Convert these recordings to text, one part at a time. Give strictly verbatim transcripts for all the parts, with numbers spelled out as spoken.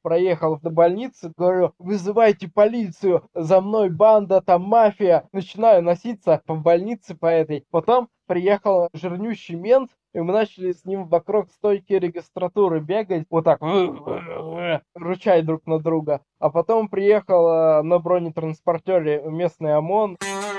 проехал до больницы, говорю: вызывайте полицию, за мной банда, там мафия. Начинаю носиться по больнице по этой. Потом приехал жирнющий мент, и мы начали с ним вокруг стойки регистратуры бегать, вот так, рычать друг на друга. А потом приехал э, на бронетранспортере местный ОМОН.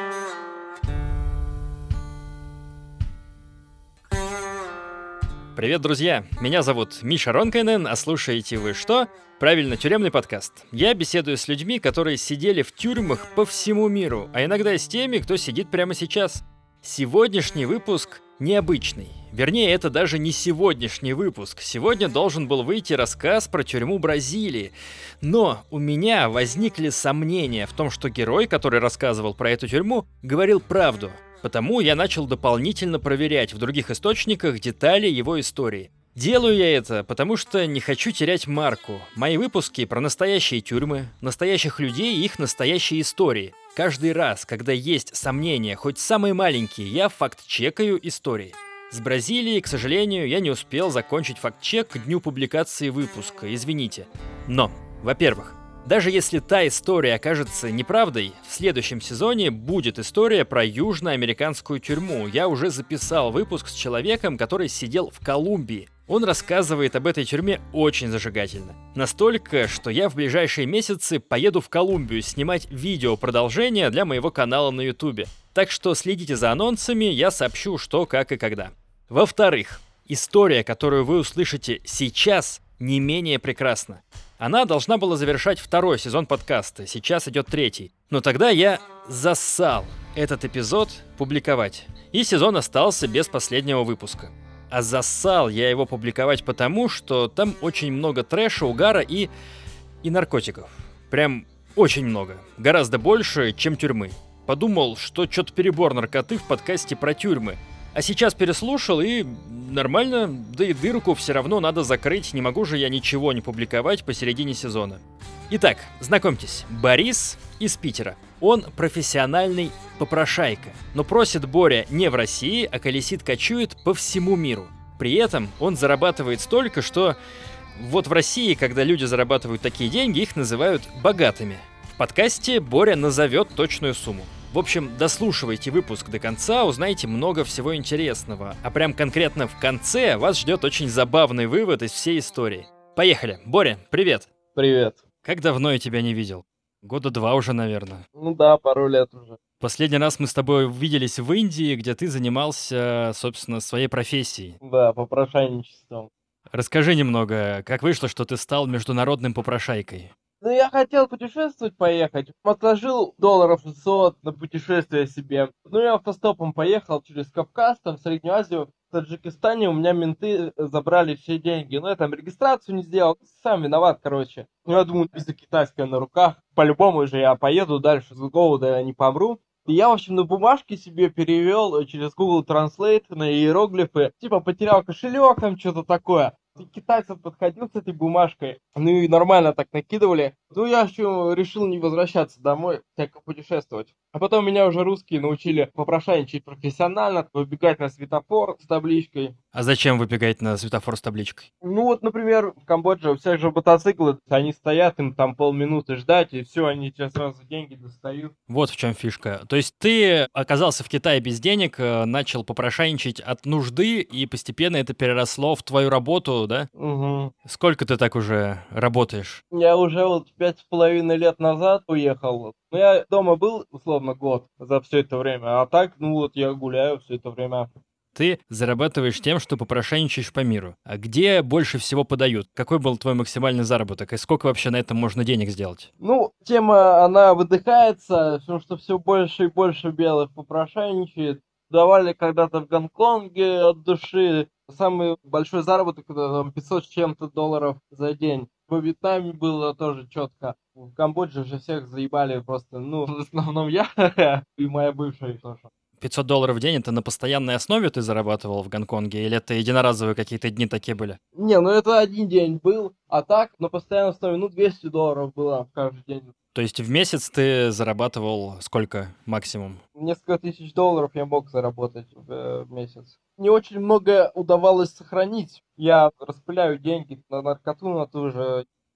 Привет, друзья! Меня зовут Миша Ронкайнен, а слушаете вы что? Правильно, тюремный подкаст. Я беседую с людьми, которые сидели в тюрьмах по всему миру, а иногда и с теми, кто сидит прямо сейчас. Сегодняшний выпуск необычный. Вернее, это даже не сегодняшний выпуск. Сегодня должен был выйти рассказ про тюрьму Бразилии. Но у меня возникли сомнения в том, что герой, который рассказывал про эту тюрьму, говорил правду. Потому я начал дополнительно проверять в других источниках детали его истории. Делаю я это, потому что не хочу терять марку. Мои выпуски про настоящие тюрьмы, настоящих людей и их настоящие истории. Каждый раз, когда есть сомнения, хоть самые маленькие, я факт-чекаю истории. С Бразилией, к сожалению, я не успел закончить факт-чек к дню публикации выпуска, извините. Но, во-первых, даже если та история окажется неправдой, в следующем сезоне будет история про южноамериканскую тюрьму. Я уже записал выпуск с человеком, который сидел в Колумбии. Он рассказывает об этой тюрьме очень зажигательно. Настолько, что я в ближайшие месяцы поеду в Колумбию снимать видео продолжение для моего канала на ютубе. Так что следите за анонсами, я сообщу, что, как и когда. Во-вторых, история, которую вы услышите сейчас, не менее прекрасна. Она должна была завершать второй сезон подкаста, сейчас идет третий. Но тогда я зассал этот эпизод публиковать, и сезон остался без последнего выпуска. А зассал я его публиковать потому, что там очень много трэша, угара и... и наркотиков. Прям очень много. Гораздо больше, чем тюрьмы. Подумал, что что-то перебор наркоты в подкасте про тюрьмы. А сейчас переслушал и нормально, да и дырку все равно надо закрыть, не могу же я ничего не публиковать посередине сезона. Итак, знакомьтесь, Борис из Питера. Он профессиональный попрошайка, но просит Боря не в России, а колесит-кочует по всему миру. При этом он зарабатывает столько, что вот в России, когда люди зарабатывают такие деньги, их называют богатыми. В подкасте Боря назовет точную сумму. В общем, дослушивайте выпуск до конца, узнаете много всего интересного. А прям конкретно в конце вас ждет очень забавный вывод из всей истории. Поехали. Боря, привет. Привет. Как давно я тебя не видел? Года два уже, наверное. Ну да, пару лет уже. Последний раз мы с тобой виделись в Индии, где ты занимался, собственно, своей профессией. Да, попрошайничеством. Расскажи немного, как вышло, что ты стал международным попрошайкой? Ну, я хотел путешествовать, поехать. Отложил долларов шестьсот на путешествие себе. Ну, я автостопом поехал через Кавказ, там, в Среднюю Азию. В Таджикистане у меня менты забрали все деньги. Ну, я там регистрацию не сделал. Сам виноват, короче. Ну, я думаю, виза китайская на руках. По-любому же я поеду дальше, с голода я не помру. И я, в общем, на бумажке себе перевел через Google Translate на иероглифы. Типа потерял кошелек, там что-то такое. И китайцев подходил с этой бумажкой. Ну и нормально так накидывали. Ну я еще решил не возвращаться домой, всяко путешествовать. А потом меня уже русские научили попрошайничать профессионально, выбегать на светофор с табличкой. А зачем выбегать на светофор с табличкой? Ну вот, например, в Камбодже у всех же мотоциклы, они стоят, им там полминуты ждать, и все, они тебе сразу деньги достают. Вот в чем фишка. То есть ты оказался в Китае без денег, э, начал попрошайничать от нужды, и постепенно это переросло в твою работу, да? Угу. Сколько ты так уже работаешь? Я уже вот пять с половиной лет назад уехал. Ну, я дома был, условно, год за все это время, а так, ну вот, я гуляю все это время. Ты зарабатываешь тем, что попрошайничаешь по миру. А где больше всего подают? Какой был твой максимальный заработок? И сколько вообще на этом можно денег сделать? Ну, тема, она выдыхается, потому что все больше и больше белых попрошайничает. Давали когда-то в Гонконге от души. Самый большой заработок, это там пятьсот с чем-то долларов за день. Во Вьетнаме было тоже четко. В Камбодже же всех заебали просто, ну, в основном я и моя бывшая тоже. пятьсот долларов в день — это на постоянной основе ты зарабатывал в Гонконге? Или это единоразовые какие-то дни такие были? Не, ну это один день был, а так на постоянной основе, ну, двести долларов было каждый день. То есть в месяц ты зарабатывал сколько максимум? Несколько тысяч долларов я мог заработать в э, месяц. Не очень много удавалось сохранить. Я распыляю деньги на наркоту, на ту же.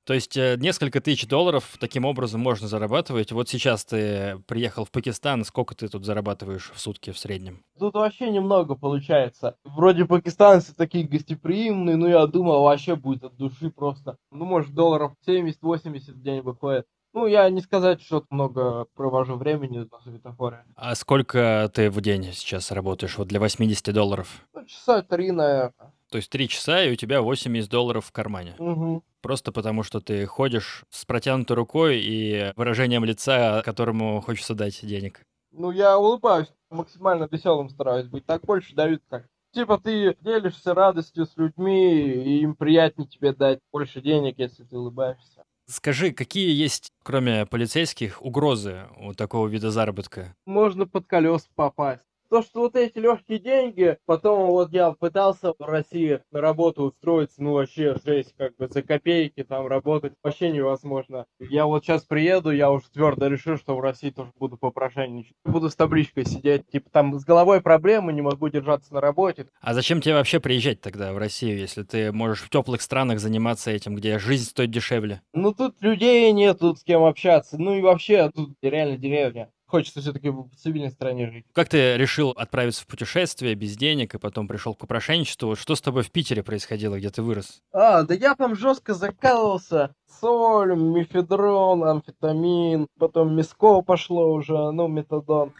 То есть э, несколько тысяч долларов таким образом можно зарабатывать. Вот сейчас ты приехал в Пакистан, сколько ты тут зарабатываешь в сутки в среднем? Тут вообще немного получается. Вроде пакистанцы такие гостеприимные, но я думал, вообще будет от души просто. Ну, может, долларов семьдесят-восемьдесят в день выходит. Ну, я не сказать, что много провожу времени на светофоре. А сколько ты в день сейчас работаешь вот для восьмидесяти долларов? Ну, часа три, наверное. То есть три часа, и у тебя восемьдесят долларов в кармане. Угу. Просто потому, что ты ходишь с протянутой рукой и выражением лица, которому хочется дать денег. Ну, я улыбаюсь, максимально веселым стараюсь быть. Так больше дают как. Типа ты делишься радостью с людьми, и им приятнее тебе дать больше денег, если ты улыбаешься. Скажи, какие есть, кроме полицейских, угрозы у такого вида заработка? Можно под колеса попасть. То, что вот эти легкие деньги, потом вот я пытался в России на работу устроиться, ну вообще жесть, как бы за копейки там работать вообще невозможно. Я вот сейчас приеду, я уже твердо решил, что в России тоже буду попрошайничать. Буду с табличкой сидеть, типа там с головой проблемы, не могу держаться на работе. А зачем тебе вообще приезжать тогда в Россию, если ты можешь в теплых странах заниматься этим, где жизнь стоит дешевле? Ну тут людей нет, тут с кем общаться, ну и вообще тут реально деревня. Хочется все-таки в цивильной стране жить. Как ты решил отправиться в путешествие без денег и потом пришел к попрошайничеству? Вот что с тобой в Питере происходило, где ты вырос? А, да я там жестко закалывался. Соль, мефедрон, амфетамин, потом миско пошло уже, ну, метадон.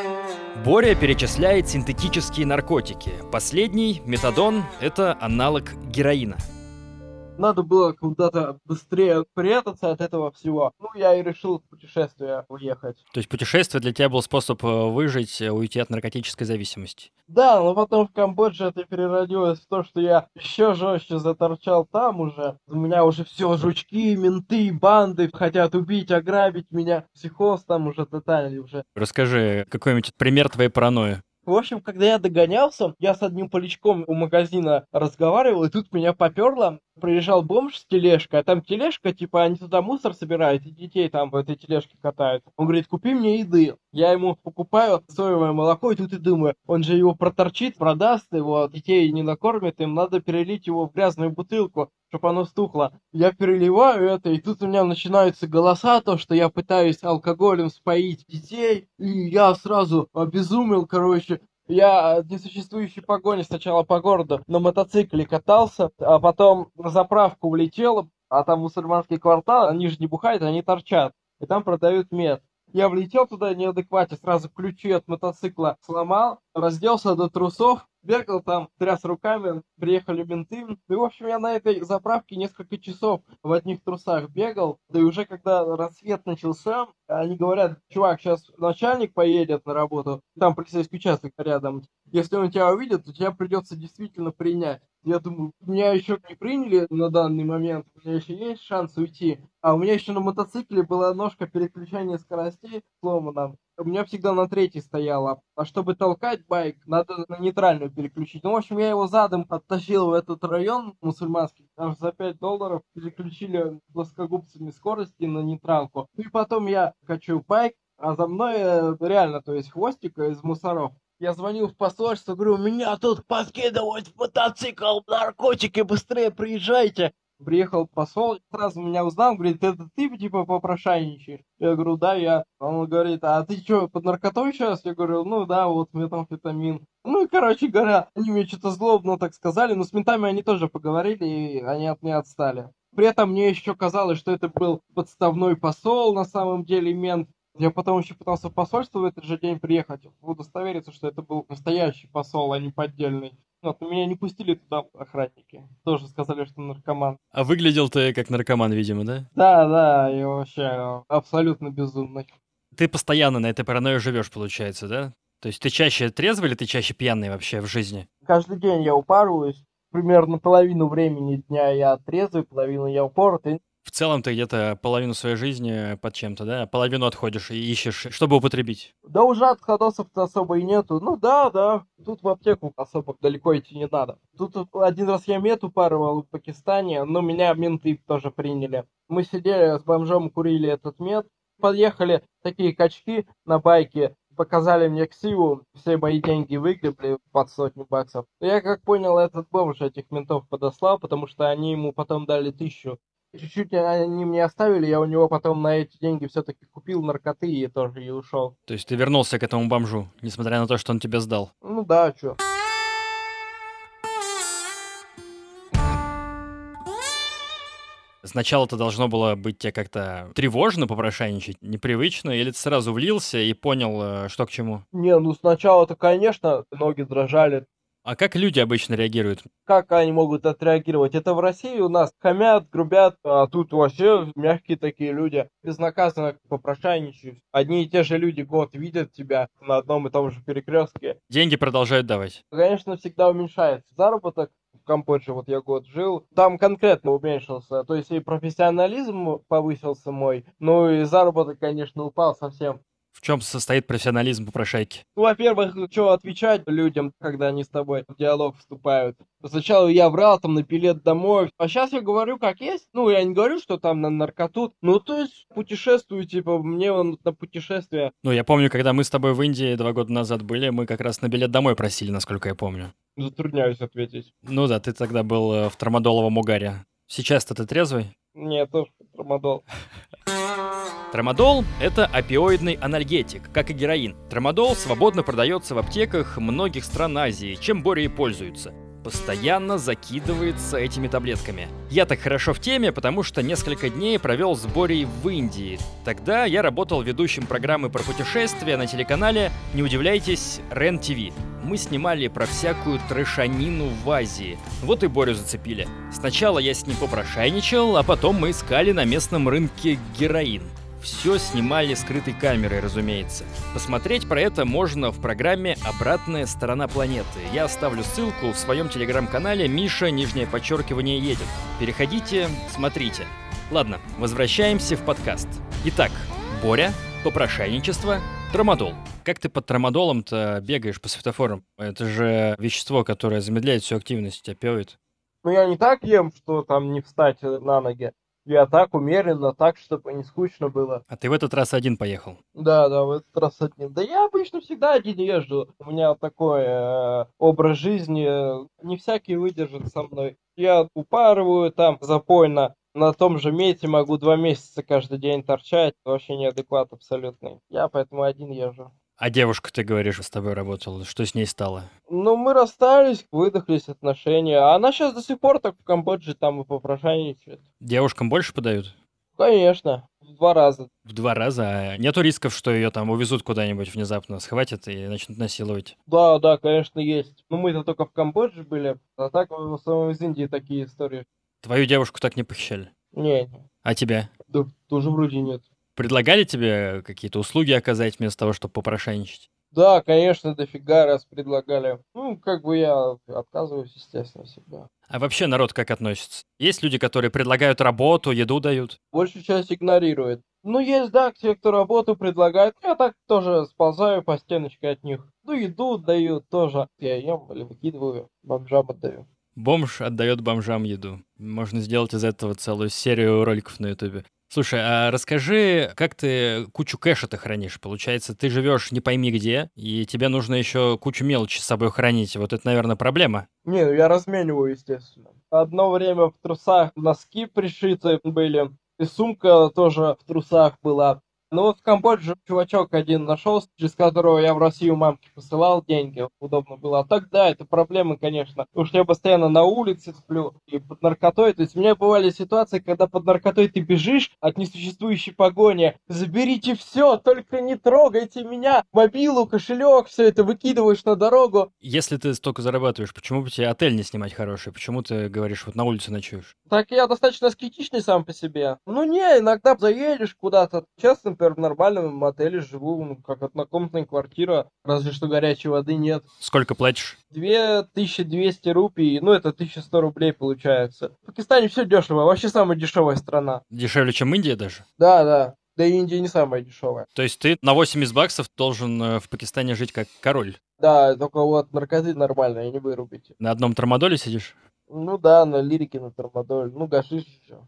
Боря перечисляет синтетические наркотики. Последний, метадон, это аналог героина. Надо было куда-то быстрее прятаться от этого всего. Ну, я и решил в путешествие уехать. То есть путешествие для тебя был способ э, выжить, э, уйти от наркотической зависимости. Да, но потом в Камбодже это переродилось в то, что я еще жестче заторчал там уже. У меня уже все, жучки, менты, банды хотят убить, ограбить меня. Психоз там уже тотальный уже. Расскажи какой-нибудь пример твоей паранойи. В общем, когда я догонялся, я с одним полячком у магазина разговаривал, и тут меня поперло. Приезжал бомж с тележкой, а там тележка, типа, они туда мусор собирают, и детей там в этой тележке катают. Он говорит, купи мне еды. Я ему покупаю соевое молоко, и тут и думаю, он же его проторчит, продаст его, детей не накормит, им надо перелить его в грязную бутылку, чтобы оно стухло. Я переливаю это, и тут у меня начинаются голоса, то, что я пытаюсь алкоголем споить детей, и я сразу обезумел, короче. Я в несуществующей погоне сначала по городу на мотоцикле катался, а потом на заправку влетел, а там мусульманский квартал, они же не бухают, они торчат, и там продают мед. Я влетел туда неадеквате, сразу ключи от мотоцикла сломал, разделся до трусов, бегал там, тряс руками, приехали менты. Ну, и, в общем, я на этой заправке несколько часов в одних трусах бегал. Да и уже когда рассвет начался, они говорят, чувак, сейчас начальник поедет на работу, там полицейский участок рядом. Если он тебя увидит, то тебя придется действительно принять. Я думаю, меня еще не приняли на данный момент, у меня еще есть шанс уйти. А у меня еще на мотоцикле была ножка переключения скоростей сломана. У меня всегда на третьей стояла. А чтобы толкать байк, надо на нейтральную переключить. Ну, в общем, я его задом оттащил в этот район мусульманский. Аж за пять долларов переключили плоскогубцами скорости на нейтралку. И потом я качу байк, а за мной э, реально, то есть хвостик из мусоров. Я звонил в посольство, говорю, меня тут подкидывают в мотоцикл, наркотики, быстрее приезжайте. Приехал посол, сразу меня узнал, говорит, это ты типа попрошайничаешь? Я говорю, да, я. Он говорит, а ты что, под наркотой сейчас? Я говорю, ну да, вот метамфетамин. Ну и, короче говоря, они мне что-то злобно так сказали, но с ментами они тоже поговорили, и они от меня отстали. При этом мне еще казалось, что это был подставной посол, на самом деле мент. Я потом еще пытался в посольство в этот же день приехать, удостовериться, что это был настоящий посол, а не поддельный. Вот, но меня не пустили туда охранники. Тоже сказали, что наркоман. А выглядел ты как наркоман, видимо, да? Да, да, и вообще абсолютно безумный. Ты постоянно на этой паранойе живешь, получается, да? То есть ты чаще трезвый или ты чаще пьяный вообще в жизни? Каждый день я упарываюсь. Примерно половину времени дня я трезвый, половину я упоротый. В целом ты где-то половину своей жизни под чем-то, да? Половину отходишь и ищешь, чтобы употребить. Да уже отходосов-то особо и нету. Ну да, да, тут в аптеку особо далеко идти не надо. Тут один раз я мед упарывал в Пакистане, но меня менты тоже приняли. Мы сидели с бомжом, курили этот мед. Подъехали такие качки на байке, показали мне ксиву, все мои деньги выгребли под сотню баксов. Я как понял, этот бомж этих ментов подослал, потому что они ему потом дали тысячу. Чуть-чуть они мне оставили, я у него потом на эти деньги все-таки купил наркоты и тоже и ушел. То есть ты вернулся к этому бомжу, несмотря на то, что он тебе сдал? Ну да, чё. Сначала это должно было быть тебе как-то тревожно попрошайничать, непривычно, или ты сразу влился и понял, э, что к чему? Не, ну сначала-то, конечно, ноги дрожали. А как люди обычно реагируют? Как они могут отреагировать? Это в России у нас хамят, грубят, а тут вообще мягкие такие люди. Безнаказанно попрошайничают. Одни и те же люди год видят тебя на одном и том же перекрестке. Деньги продолжают давать. Конечно, всегда уменьшается заработок. В Камбодже вот я год жил, там конкретно уменьшился, то есть и профессионализм повысился мой, ну и заработок, конечно, упал совсем. В чем состоит профессионализм попрошайки? Ну, во-первых, что отвечать людям, когда они с тобой в диалог вступают. Сначала я врал там на билет домой, а сейчас я говорю как есть. Ну, я не говорю, что там на наркоту. Ну, то есть путешествую, типа, мне он на путешествие. Ну, я помню, когда мы с тобой в Индии два года назад были, мы как раз на билет домой просили, насколько я помню. Затрудняюсь ответить. Ну да, ты тогда был э, в трамадоловом угаре. Сейчас-то ты трезвый? Нет, тоже трамадол. Трамадол – это опиоидный анальгетик, как и героин. Трамадол свободно продается в аптеках многих стран Азии, чем Боря и пользуется. Постоянно закидывается этими таблетками. Я так хорошо в теме, потому что несколько дней провел с Борей в Индии. Тогда я работал ведущим программы про путешествия на телеканале, не удивляйтесь, Рен ТВ. Мы снимали про всякую трэшанину в Азии. Вот и Борю зацепили. Сначала я с ним попрошайничал, а потом мы искали на местном рынке героин. Все снимали скрытой камерой, разумеется. Посмотреть про это можно в программе «Обратная сторона планеты». Я оставлю ссылку в своем телеграм-канале «Миша, нижнее подчеркивание, едет». Переходите, смотрите. Ладно, возвращаемся в подкаст. Итак, Боря, попрошайничество, трамадол. Как ты под трамадолом-то бегаешь по светофорам? Это же вещество, которое замедляет всю активность, опиоид. Ну, я не так ем, что там не встать на ноги. Я так умеренно, так, чтобы не скучно было. А ты в этот раз один поехал? Да, да, в этот раз один. Да я обычно всегда один езжу. У меня такой э, образ жизни, э, не всякий выдержит со мной. Я упарываю там запойно. На том же мете могу два месяца каждый день торчать. Вообще неадекват абсолютный. Я поэтому один езжу. А девушка, ты говоришь, с тобой работала. Что с ней стало? Ну, мы расстались, выдохлись отношения. А она сейчас до сих пор так в Камбодже там и попрошайничает. Девушкам больше подают? Конечно, в два раза. В два раза? А нету рисков, что ее там увезут куда-нибудь внезапно, схватят и начнут насиловать? Да, да, конечно, есть. Но мы-то только в Камбодже были, а так в основном из Индии такие истории. Твою девушку так не похищали? Не, не. А тебя? Да, тоже вроде нет. Предлагали тебе какие-то услуги оказать вместо того, чтобы попрошайничать? Да, конечно, дофига раз предлагали. Ну, как бы я отказываюсь, естественно, всегда. А вообще народ как относится? Есть люди, которые предлагают работу, еду дают? Большую часть игнорирует. Ну, есть, да, те, кто работу предлагает. Я так тоже сползаю по стеночке от них. Ну, еду дают тоже. Я ем или выкидываю, бомжам отдаю. Бомж отдает бомжам еду. Можно сделать из этого целую серию роликов на ютубе. Слушай, а расскажи, как ты кучу кэша-то хранишь? Получается, ты живешь не пойми где, и тебе нужно еще кучу мелочи с собой хранить. Вот это, наверное, проблема. Не, ну я размениваю, естественно. Одно время в трусах носки пришиты были, и сумка тоже в трусах была. Ну вот в Камбодже чувачок один нашелся, через которого я в Россию мамке посылал деньги. Удобно было. А так, да, это проблемы, конечно. Потому что я постоянно на улице сплю и под наркотой. То есть у меня бывали ситуации, когда под наркотой ты бежишь от несуществующей погони. Заберите все, только не трогайте меня. Мобилу, кошелек, все это выкидываешь на дорогу. Если ты столько зарабатываешь, почему бы тебе отель не снимать хороший? Почему ты говоришь, вот на улице ночуешь? Так я достаточно скептичный сам по себе. Ну не, иногда заедешь куда-то. Сейчас, например, в нормальном отеле живу, ну, как однокомнатная квартира, разве что горячей воды нет. Сколько платишь? две тысячи двести рупий, ну это тысяча сто рублей получается. В Пакистане все дешево, вообще самая дешевая страна. Дешевле, чем Индия даже? Да, да. Да и Индия не самая дешевая. То есть ты на восемьдесят баксов должен э, в Пакистане жить как король? Да, только вот наркоты нормальные, не вырубите. На одном трамадоле сидишь? Ну да, на лирике, на тормодоль, ну гашиш еще.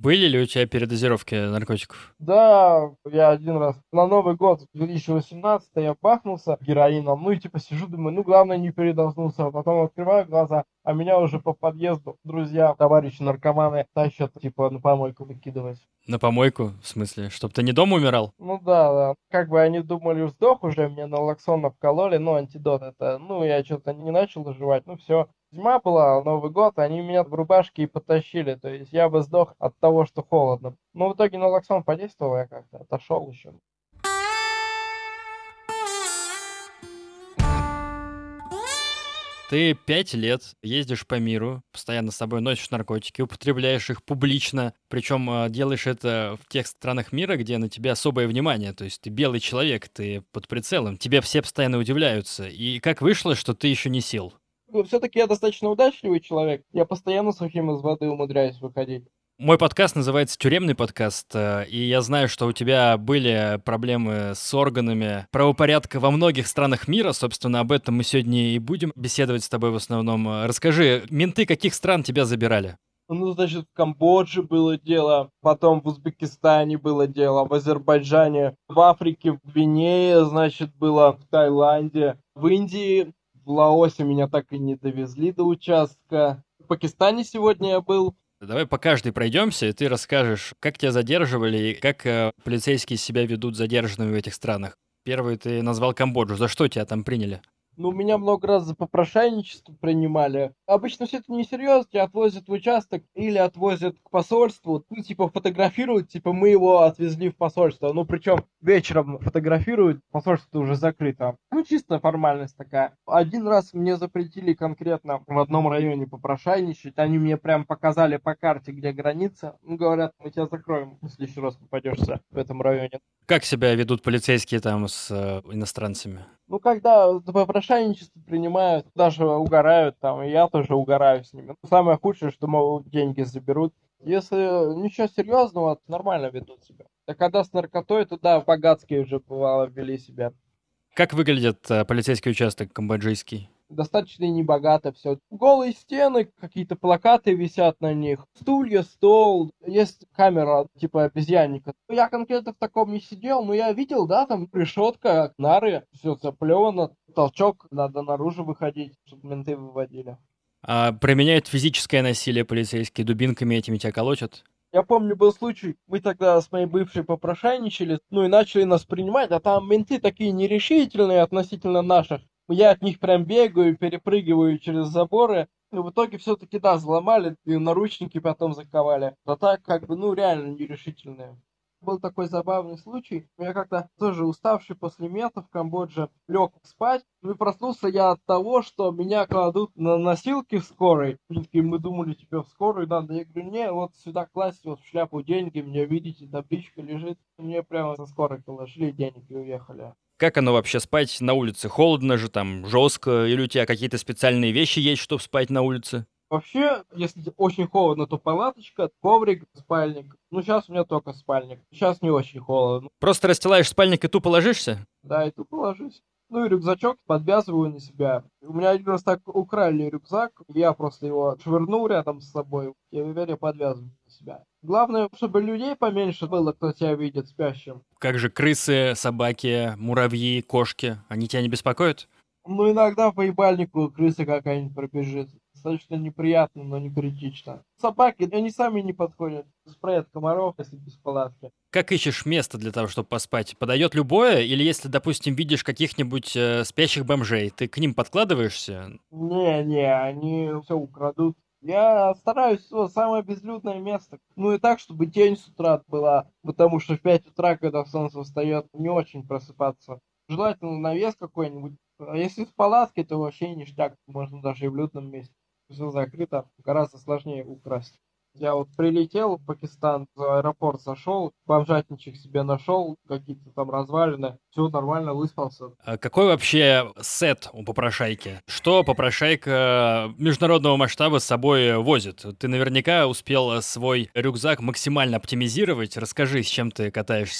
Были ли у тебя передозировки наркотиков? Да, я один раз на Новый год две тысячи восемнадцатый я бахнулся героином, ну и типа сижу, думаю, ну главное не передохнулся, а потом открываю глаза, а меня уже по подъезду друзья, товарищи наркоманы тащат, типа на помойку выкидывать. На помойку, в смысле? Чтоб ты не дома умирал? Ну да, да. Как бы они думали, сдох уже, мне налоксона вкололи, ну, антидот это. Ну, я что-то не начал жевать, ну все. Зима была, Новый год, они меня в рубашке и потащили. То есть я бы сдох от того, что холодно. Но в итоге налоксон подействовал, я как-то отошел еще. Ты пять лет ездишь по миру, постоянно с собой носишь наркотики, употребляешь их публично, причем э, делаешь это в тех странах мира, где на тебя особое внимание. То есть ты белый человек, ты под прицелом, тебя все постоянно удивляются. И как вышло, что ты еще не сел? Ну, все-таки я достаточно удачливый человек. Я постоянно сухим из воды умудряюсь выходить. Мой подкаст называется «Тюремный подкаст», э, и я знаю, что у тебя были проблемы с органами правопорядка во многих странах мира. Собственно, об этом мы сегодня и будем беседовать с тобой в основном. Э, Расскажи, менты каких стран тебя забирали? Ну, значит, в Камбодже было дело, потом в Узбекистане было дело, в Азербайджане, в Африке, в Гвинее, значит, было в Таиланде, в Индии, в Лаосе меня так и не довезли до участка. В Пакистане сегодня я был. Давай по каждой пройдемся, и ты расскажешь, как тебя задерживали и как э, полицейские себя ведут задержанными в этих странах. Первый ты назвал Камбоджу. За что тебя там приняли? Ну, меня много раз за попрошайничество принимали. Обычно все это несерьезно, тебя отвозят в участок или отвозят к посольству. Ну, типа, фотографируют, типа, мы его отвезли в посольство. Ну, причем вечером фотографируют, посольство уже закрыто. Ну, чисто формальность такая. Один раз мне запретили конкретно в одном районе попрошайничать. Они мне прям показали по карте, где граница. Ну, говорят, мы тебя закроем, если еще раз попадешься в этом районе. Как себя ведут полицейские там с э, иностранцами? Ну, когда за попрошайничество принимают, даже угорают там, и я тоже угораю с ними. Самое худшее, что, мол, деньги заберут. Если ничего серьезного, то нормально ведут себя. А когда с наркотой, то да, по-гадски уже бывало вели себя. Как выглядит э, полицейский участок камбоджийский? Достаточно небогато все. Голые стены, какие-то плакаты висят на них, стулья, стол, есть камера типа обезьянника. Я конкретно в таком не сидел, но я видел, да, там решетка, нары, все заплевано, толчок, надо наружу выходить, чтобы менты выводили. А применяют физическое насилие полицейские, дубинками этими тебя колотят? Я помню, был случай, мы тогда с моей бывшей попрошайничали, ну и начали нас принимать, а там менты такие нерешительные относительно наших. Я от них прям бегаю, перепрыгиваю через заборы. И в итоге все-таки, да, взломали, и наручники потом заковали. А так, как бы, ну, реально нерешительные. Был такой забавный случай. Я как-то тоже уставший после мета в Камбодже лег спать. И проснулся я от того, что меня кладут на носилки в скорой. Они такие, мы думали, тебе в скорую надо. Я говорю, не, вот сюда класть, вот в шляпу деньги. Мне, видите, табличка лежит. Мне прямо со скорой положили денег и уехали. Как оно вообще спать на улице? Холодно же там, жестко? Или у тебя какие-то специальные вещи есть, чтобы спать на улице? Вообще, если очень холодно, то палаточка, коврик, спальник. Ну, сейчас у меня только спальник. Сейчас не очень холодно. Просто расстилаешь спальник и тупо ложишься? Да, и тупо ложусь. Ну и рюкзачок подвязываю на себя. У меня один раз так украли рюкзак, я просто его швырнул рядом с собой, и теперь я подвязываю на себя. Главное, чтобы людей поменьше было, кто тебя видит спящим. Как же крысы, собаки, муравьи, кошки? Они тебя не беспокоят? Ну, иногда по ебальнику крыса какая-нибудь пробежит. Достаточно неприятно, но не критично. Собаки, они сами не подходят. Спрей от комаров, если без палатки. Как ищешь место для того, чтобы поспать? Подойдет любое? Или если, допустим, видишь каких-нибудь э, спящих бомжей, ты к ним подкладываешься? Не-не, они все украдут. Я стараюсь о, самое безлюдное место. Ну и так, чтобы тень с утра была. Потому что в пять утра, когда солнце встает, не очень просыпаться. Желательно навес какой-нибудь. А если в палатке, то вообще ништяк. Можно даже и в людном месте. Все закрыто, гораздо сложнее украсть. Я вот прилетел в Пакистан, в аэропорт зашел, бомжатничек себе нашел, какие-то там развалины, все нормально, выспался. А какой вообще сет у попрошайки? Что попрошайка международного масштаба с собой возит? Ты наверняка успел свой рюкзак максимально оптимизировать. Расскажи, с чем ты катаешься.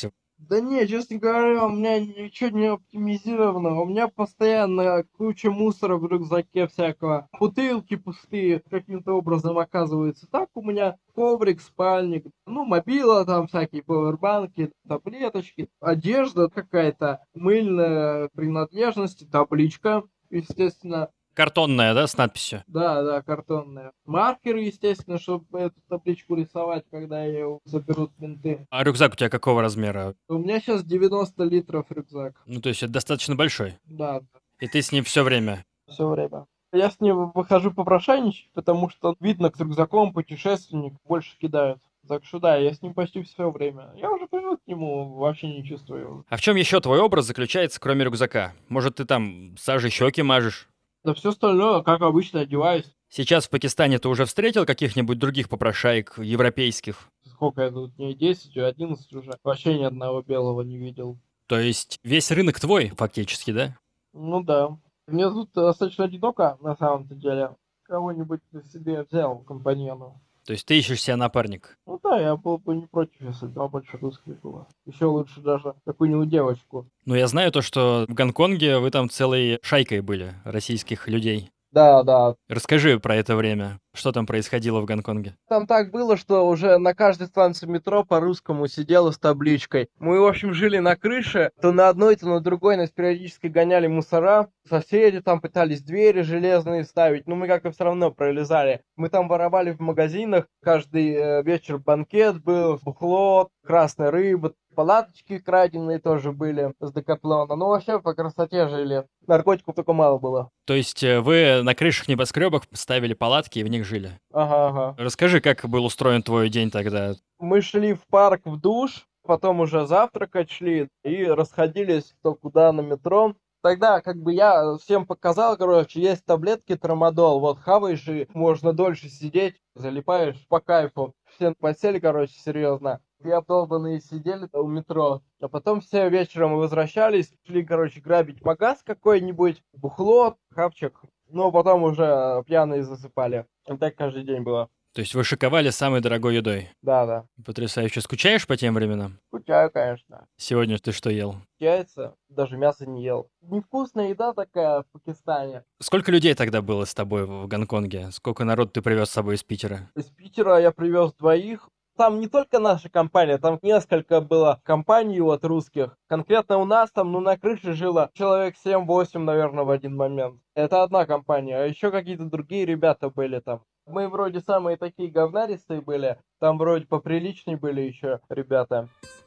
Да не, честно говоря, у меня ничего не оптимизировано. У меня постоянно куча мусора в рюкзаке всякого. Бутылки пустые каким-то образом оказываются. Так у меня коврик, спальник, ну, мобила, там всякие пауэрбанки, таблеточки, одежда какая-то, мыльная принадлежности, табличка, естественно. Картонная, да, с надписью? Да, да, картонная. Маркеры, естественно, чтобы эту табличку рисовать, когда ее заберут менты. А рюкзак у тебя какого размера? У меня сейчас девяносто литров рюкзак. Ну, то есть это достаточно большой. Да, И ты с ним все время. все время. Я с ним выхожу попрошайничать, потому что видно, с рюкзаком путешественник больше кидают. Так что да, я с ним почти все время. Я уже привык к нему, вообще не чувствую. А в чем еще твой образ заключается, кроме рюкзака? Может, ты там сажей щеки мажешь? Да все остальное, как обычно, одеваюсь. Сейчас в Пакистане ты уже встретил каких-нибудь других попрошаек европейских? Сколько я тут дней? десять, одиннадцать уже. Вообще ни одного белого не видел. То есть весь рынок твой, фактически, да? Ну да. Мне тут достаточно одиноко, на самом-то деле. Кого-нибудь себе взял компаньону. То есть ты ищешь себе напарник. Ну да, я был бы не против, если бы больше русских было. Еще лучше даже какую-нибудь девочку. Ну, я знаю то, что в Гонконге вы там целой шайкой были российских людей. Да, да. Расскажи про это время. Что там происходило в Гонконге? Там так было, что уже на каждой станции метро по-русскому сидела с табличкой. Мы, в общем, жили на крыше, то на одной, то на другой нас периодически гоняли мусора. Соседи там пытались двери железные ставить, но мы как-то все равно пролезали. Мы там воровали в магазинах, каждый э, вечер банкет был, бухло, красная рыба, палаточки краденые тоже были с Декатлона. Ну, вообще по красоте жили. Наркотиков только мало было. То есть э, вы на крышах небоскребах ставили палатки и в них жили? Ага, ага. Расскажи, как был устроен твой день тогда? Мы шли в парк в душ, потом уже завтракать шли и расходились кто куда на метро. Тогда как бы я всем показал, короче, есть таблетки трамадол, вот хаваешь и можно дольше сидеть, залипаешь по кайфу. Все подсели, короче, серьезно. И обдолбанные сидели у метро. А потом все вечером возвращались, шли, короче, грабить магаз какой-нибудь, бухло, хавчик. Ну, а потом уже пьяные засыпали. И так каждый день было. То есть вы шиковали самой дорогой едой? Да, да. Потрясающе. Скучаешь по тем временам? Скучаю, конечно. Сегодня ты что ел? Яйца, даже мясо не ел. Невкусная еда такая в Пакистане. Сколько людей тогда было с тобой в Гонконге? Сколько народ ты привез с собой из Питера? Из Питера я привез двоих. Там не только наша компания, там несколько было компаний от русских. Конкретно у нас там, ну, на крыше жило человек семь-восемь, наверное, в один момент. Это одна компания, а еще какие-то другие ребята были там. Мы вроде самые такие говнаристые были, там вроде поприличнее были еще ребята.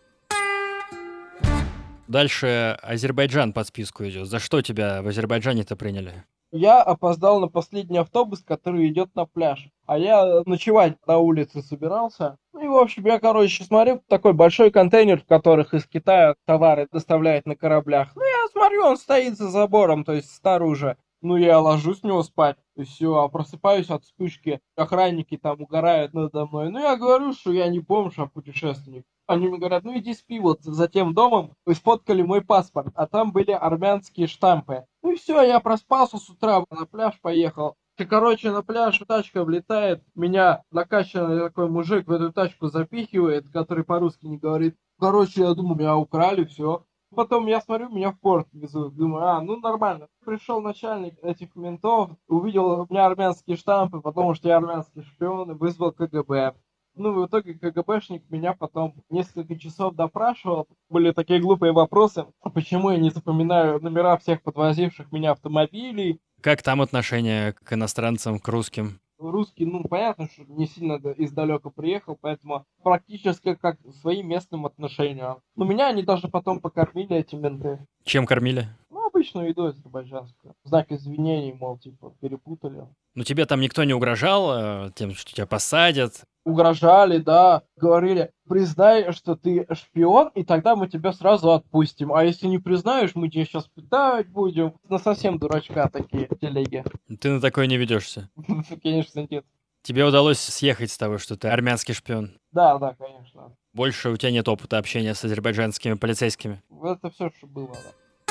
Дальше Азербайджан под списку идет. За что тебя в Азербайджане-то приняли? Я опоздал на последний автобус, который идет на пляж. А я ночевать на улице собирался. Ну и, в общем, я, короче, смотрю, такой большой контейнер, в которых из Китая товары доставляют на кораблях. Ну, я смотрю, он стоит за забором, то есть снаружи. Ну, я ложусь в него спать, и все, а просыпаюсь от вспышки. Охранники там угорают надо мной. Ну, я говорю, что я не бомж, а путешественник. Они мне говорят, ну иди спи вот за тем домом. Вы сфоткали мой паспорт, а там были армянские штампы. Ну и все, я проспался с утра, на пляж поехал. И, короче, на пляж тачка влетает, меня накачанный такой мужик в эту тачку запихивает, который по-русски не говорит. Короче, я думаю, меня украли, все. Потом я смотрю, меня в порт везут. Думаю, а, ну нормально. Пришел начальник этих ментов, увидел у меня армянские штампы, потому что я армянский шпион, и вызвал КГБ. Ну, в итоге КГБшник меня потом несколько часов допрашивал. Были такие глупые вопросы, почему я не запоминаю номера всех подвозивших меня автомобилей. Как там отношение к иностранцам, к русским? Русский, ну, понятно, что не сильно издалека приехал, поэтому практически как своим местным отношениям. Но меня они даже потом покормили, эти менты. Чем кормили? Ну, обычную еду азербайджанскую. В знак извинений, мол, типа, перепутали. Ну тебе там никто не угрожал э, тем, что тебя посадят? Угрожали, да, говорили, признай, что ты шпион, и тогда мы тебя сразу отпустим. А если не признаешь, мы тебя сейчас пытать будем. На совсем дурачка такие телеги. Ты на такое не ведешься. Конечно, нет. Тебе удалось съехать с того, что ты армянский шпион? Да, да, конечно. Больше у тебя нет опыта общения с азербайджанскими полицейскими? Это все, что было, да.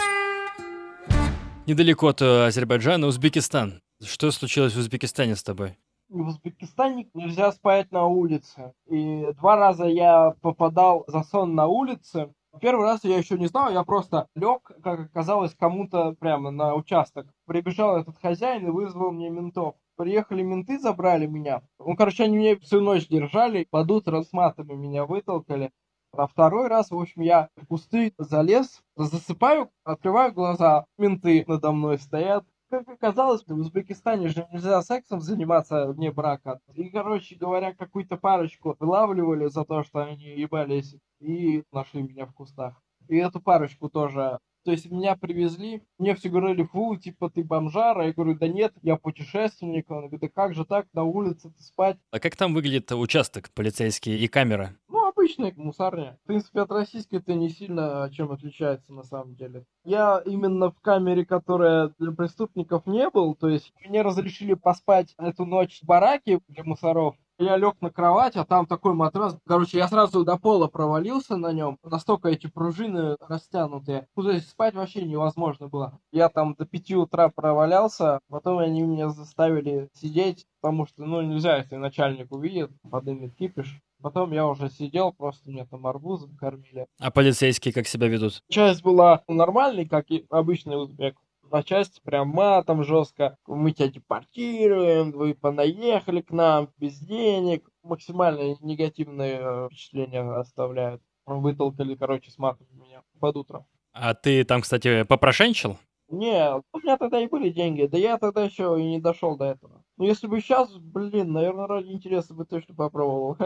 Недалеко от Азербайджана Узбекистан. Что случилось в Узбекистане с тобой? В Узбекистане нельзя спать на улице. И два раза я попадал за сон на улице. Первый раз я еще не знал, я просто лег, как оказалось, кому-то прямо на участок. Прибежал этот хозяин и вызвал мне ментов. Приехали менты, забрали меня. Ну, короче, они меня всю ночь держали, под утро с матами меня вытолкали. А второй раз, в общем, я в кусты залез, засыпаю, открываю глаза, менты надо мной стоят. Как оказалось, в Узбекистане же нельзя сексом заниматься вне брака. И, короче говоря, какую-то парочку вылавливали за то, что они ебались, и нашли меня в кустах. И эту парочку тоже. То есть меня привезли, мне все говорили, фу, типа ты бомжара. Я говорю, да нет, я путешественник. Он говорит, да как же так, на улице спать? А как там выглядит участок полицейский и камера? Ну, обычная мусарня. В принципе, от российской-то не сильно чем отличается на самом деле. Я именно в камере, которая для преступников не был, то есть мне разрешили поспать эту ночь в бараке для мусоров. Я лег на кровать, а там такой матрас. Короче, я сразу до пола провалился на нем. Настолько эти пружины растянутые. Ну, то есть спать вообще невозможно было. Я там до пяти утра провалялся. Потом они меня заставили сидеть, потому что, ну, нельзя, если начальник увидит, подымет кипиш. Потом я уже сидел, просто меня там арбузом кормили. А полицейские как себя ведут? Часть была нормальной, как и обычный узбек. А часть прям матом жестко. Мы тебя депортируем, вы понаехали к нам без денег. Максимально негативные э, впечатления оставляют. Вытолкали, короче, с матом меня под утро. А ты там, кстати, попрошайничал? Не, у меня тогда и были деньги, да я тогда еще и не дошел до этого. Ну, если бы сейчас, блин, наверное, ради интереса бы точно попробовал.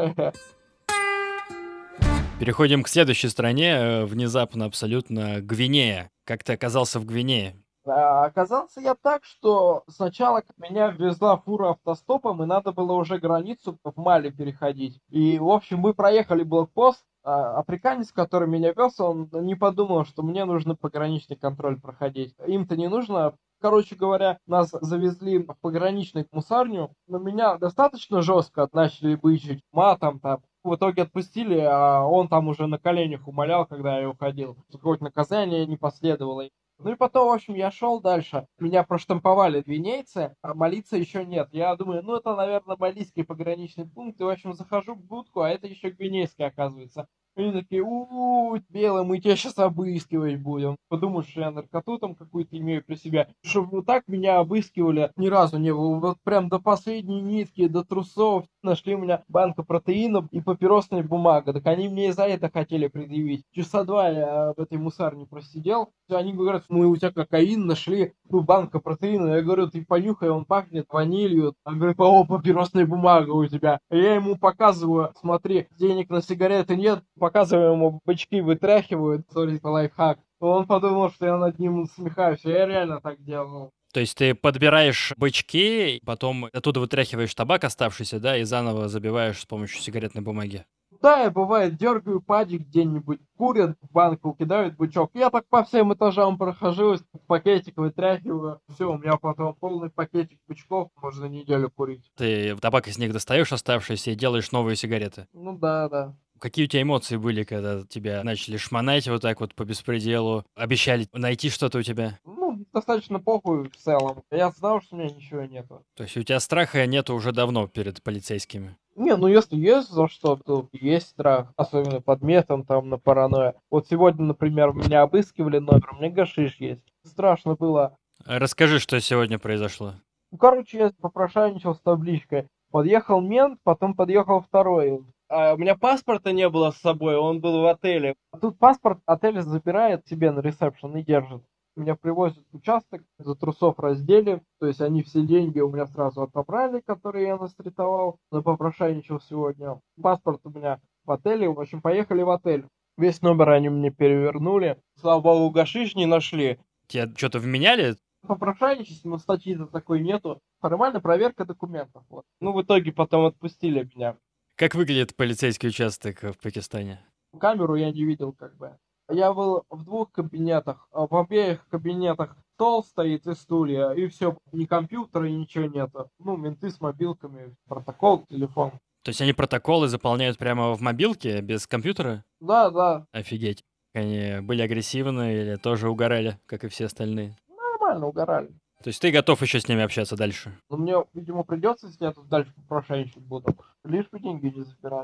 Переходим к следующей стране, э, внезапно абсолютно, Гвинея. Как ты оказался в Гвинее? А, оказался я так, что сначала меня везла фура автостопом, и надо было уже границу в Мали переходить. И, в общем, мы проехали блокпост, а африканец, который меня вез, он не подумал, что мне нужно пограничный контроль проходить. Им-то не нужно. Короче говоря, нас завезли в пограничную мусарню, но меня достаточно жестко начали бычить матом там. В итоге отпустили, а он там уже на коленях умолял, когда я уходил. Какое-то наказание не последовало. Ну и потом, в общем, я шел дальше. Меня проштамповали гвинейцы, а молиться еще нет. Я думаю, ну это, наверное, малийский пограничный пункт. И, в общем, захожу в будку, а это еще гвинейский, оказывается. Они такие, у белый, мы тебя сейчас обыскивать будем. Подумаешь, что я наркоту там какую-то имею при себе. Чтобы вот так меня обыскивали, ни разу не было. Вот прям до последней нитки, до трусов. Нашли у меня банка протеинов и папиросная бумага. Так они мне и за это хотели предъявить. Часа два я в этой мусарне просидел. Они говорят, мы у тебя кокаин нашли, ну, банка протеина. Я говорю, ты понюхай, он пахнет ванилью. Он говорит, о, папиросная бумага у тебя. Я ему показываю, смотри, денег на сигареты нет. Показываю ему, бычки вытряхивают. Сори, это лайфхак. Он подумал, что я над ним насмехаюсь. Я реально так делал. То есть ты подбираешь бычки, потом оттуда вытряхиваешь табак оставшийся, да, и заново забиваешь с помощью сигаретной бумаги. Да, я бывает дергаю падик где-нибудь, курят в банку, кидают бычок. Я так по всем этажам прохожусь, пакетик вытряхиваю. Все, у меня потом полный пакетик бычков, можно неделю курить. Ты табак из них достаешь оставшийся и делаешь новые сигареты. Ну да, да. Какие у тебя эмоции были, когда тебя начали шмонать вот так вот по беспределу? Обещали найти что-то у тебя? Ну, достаточно похуй в целом. Я знал, что у меня ничего нету. То есть у тебя страха нету уже давно перед полицейскими? Не, ну если есть за что, то есть страх. Особенно под метом, там, на паранойя. Вот сегодня, например, меня обыскивали номер, у меня гашиш есть. Страшно было. Расскажи, что сегодня произошло. Ну, короче, я попрошайничал с табличкой. Подъехал мент, потом подъехал второй. А у меня паспорта не было с собой, он был в отеле. А тут паспорт отель забирает себе на ресепшн и держит. Меня привозят в участок, за трусов раздели, то есть они все деньги у меня сразу отобрали, которые я настритовал, но попрошайничал сегодня. Паспорт у меня в отеле, в общем, поехали в отель. Весь номер они мне перевернули. Слава богу, гашиш не нашли. Тебя что-то вменяли? Попрошайничать, но статьи-то такой нету. Формально проверка документов. Вот. Ну, в итоге потом отпустили меня. Как выглядит полицейский участок в Пакистане? Камеру я не видел, как бы. Я был в двух кабинетах. А в обеих кабинетах стол стоит и стулья, и все. Ни компьютера, и ничего нету. Ну, менты с мобилками, протокол, телефон. То есть они протоколы заполняют прямо в мобилке, без компьютера? Да, да. Офигеть. Они были агрессивны или тоже угорали, как и все остальные? Нормально, угорали. То есть ты готов еще с ними общаться дальше? Но мне, видимо, придется, если я тут дальше попрошайничать буду. Лишь бы деньги не забирали.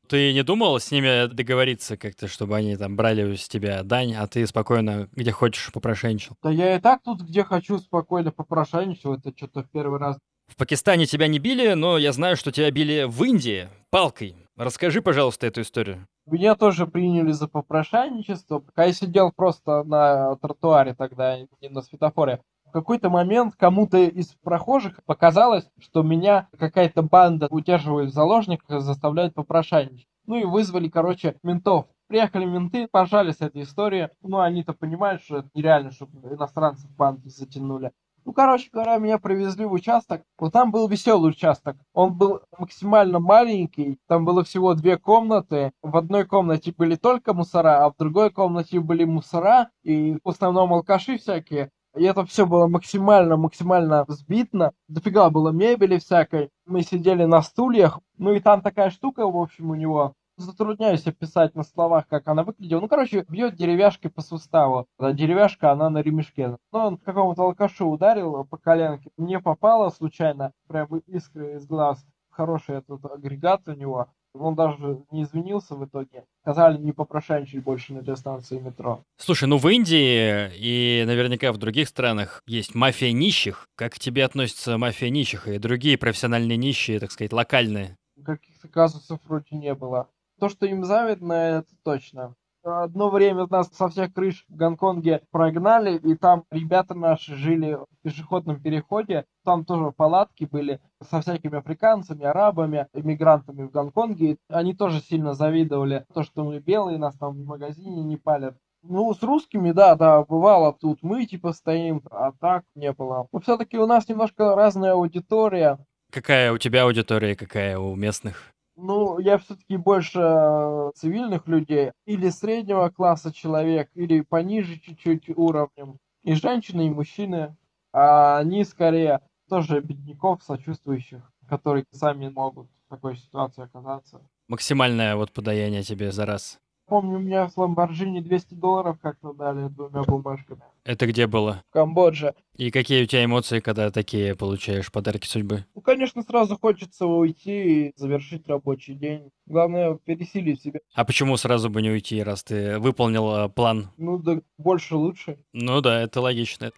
Ты не думал с ними договориться как-то, чтобы они там брали с тебя дань, а ты спокойно где хочешь попрошайничал? Да я и так тут, где хочу, спокойно попрошайничал. Это что-то в первый раз. В Пакистане тебя не били, но я знаю, что тебя били в Индии палкой. Расскажи, пожалуйста, эту историю. Меня тоже приняли за попрошайничество. Пока я сидел просто на тротуаре тогда, не на светофоре. В какой-то момент кому-то из прохожих показалось, что меня какая-то банда удерживает в заложниках и заставляет попрошайничать. Ну и вызвали, короче, ментов. Приехали менты, поржали с этой историей. Ну, они-то понимают, что это нереально, чтобы иностранцев в банду затянули. Ну, короче говоря, меня привезли в участок. Вот там был веселый участок. Он был максимально маленький. Там было всего две комнаты. В одной комнате были только мусора, а в другой комнате были мусора и в основном алкаши всякие. И это все было максимально-максимально взбитно. Дофига было мебели всякой. Мы сидели на стульях. Ну и там такая штука, в общем, у него. Затрудняюсь описать на словах, как она выглядела. Ну, короче, бьет деревяшкой по суставу. А деревяшка, она на ремешке. Ну, он какому-то алкашу ударил по коленке. Мне попало случайно, прям искры из глаз. Хороший этот агрегат у него. Он даже не извинился в итоге. Сказали не попрошайничать больше на этой станции метро. Слушай, ну в Индии и наверняка в других странах есть мафия нищих. Как к тебе относится мафия нищих и другие профессиональные нищие, так сказать, локальные? Каких-то казусов вроде не было. То, что им завидно, это точно. Одно время нас со всех крыш в Гонконге прогнали, и там ребята наши жили в пешеходном переходе. Там тоже палатки были со всякими африканцами, арабами, иммигрантами в Гонконге. Они тоже сильно завидовали то, что мы белые, нас там в магазине не палят. Ну, с русскими, да, да, бывало, тут мы типа стоим, а так не было. Но все-таки у нас немножко разная аудитория. Какая у тебя аудитория, какая у местных? Ну, я все-таки больше э, цивильных людей, или среднего класса человек, или пониже чуть-чуть уровнем. И женщины, и мужчины. А они скорее тоже бедняков, сочувствующих, которые сами могут в такой ситуации оказаться. Максимальное вот подаяние тебе за раз. Помню, у меня с Lamborghini двести долларов как-то дали двумя бумажками. Это где было? В Камбодже. И какие у тебя эмоции, когда такие получаешь подарки судьбы? Ну, конечно, сразу хочется уйти и завершить рабочий день. Главное, пересилить себя. А почему сразу бы не уйти, раз ты выполнил э, план? Ну, да больше лучше. Ну да, это логично.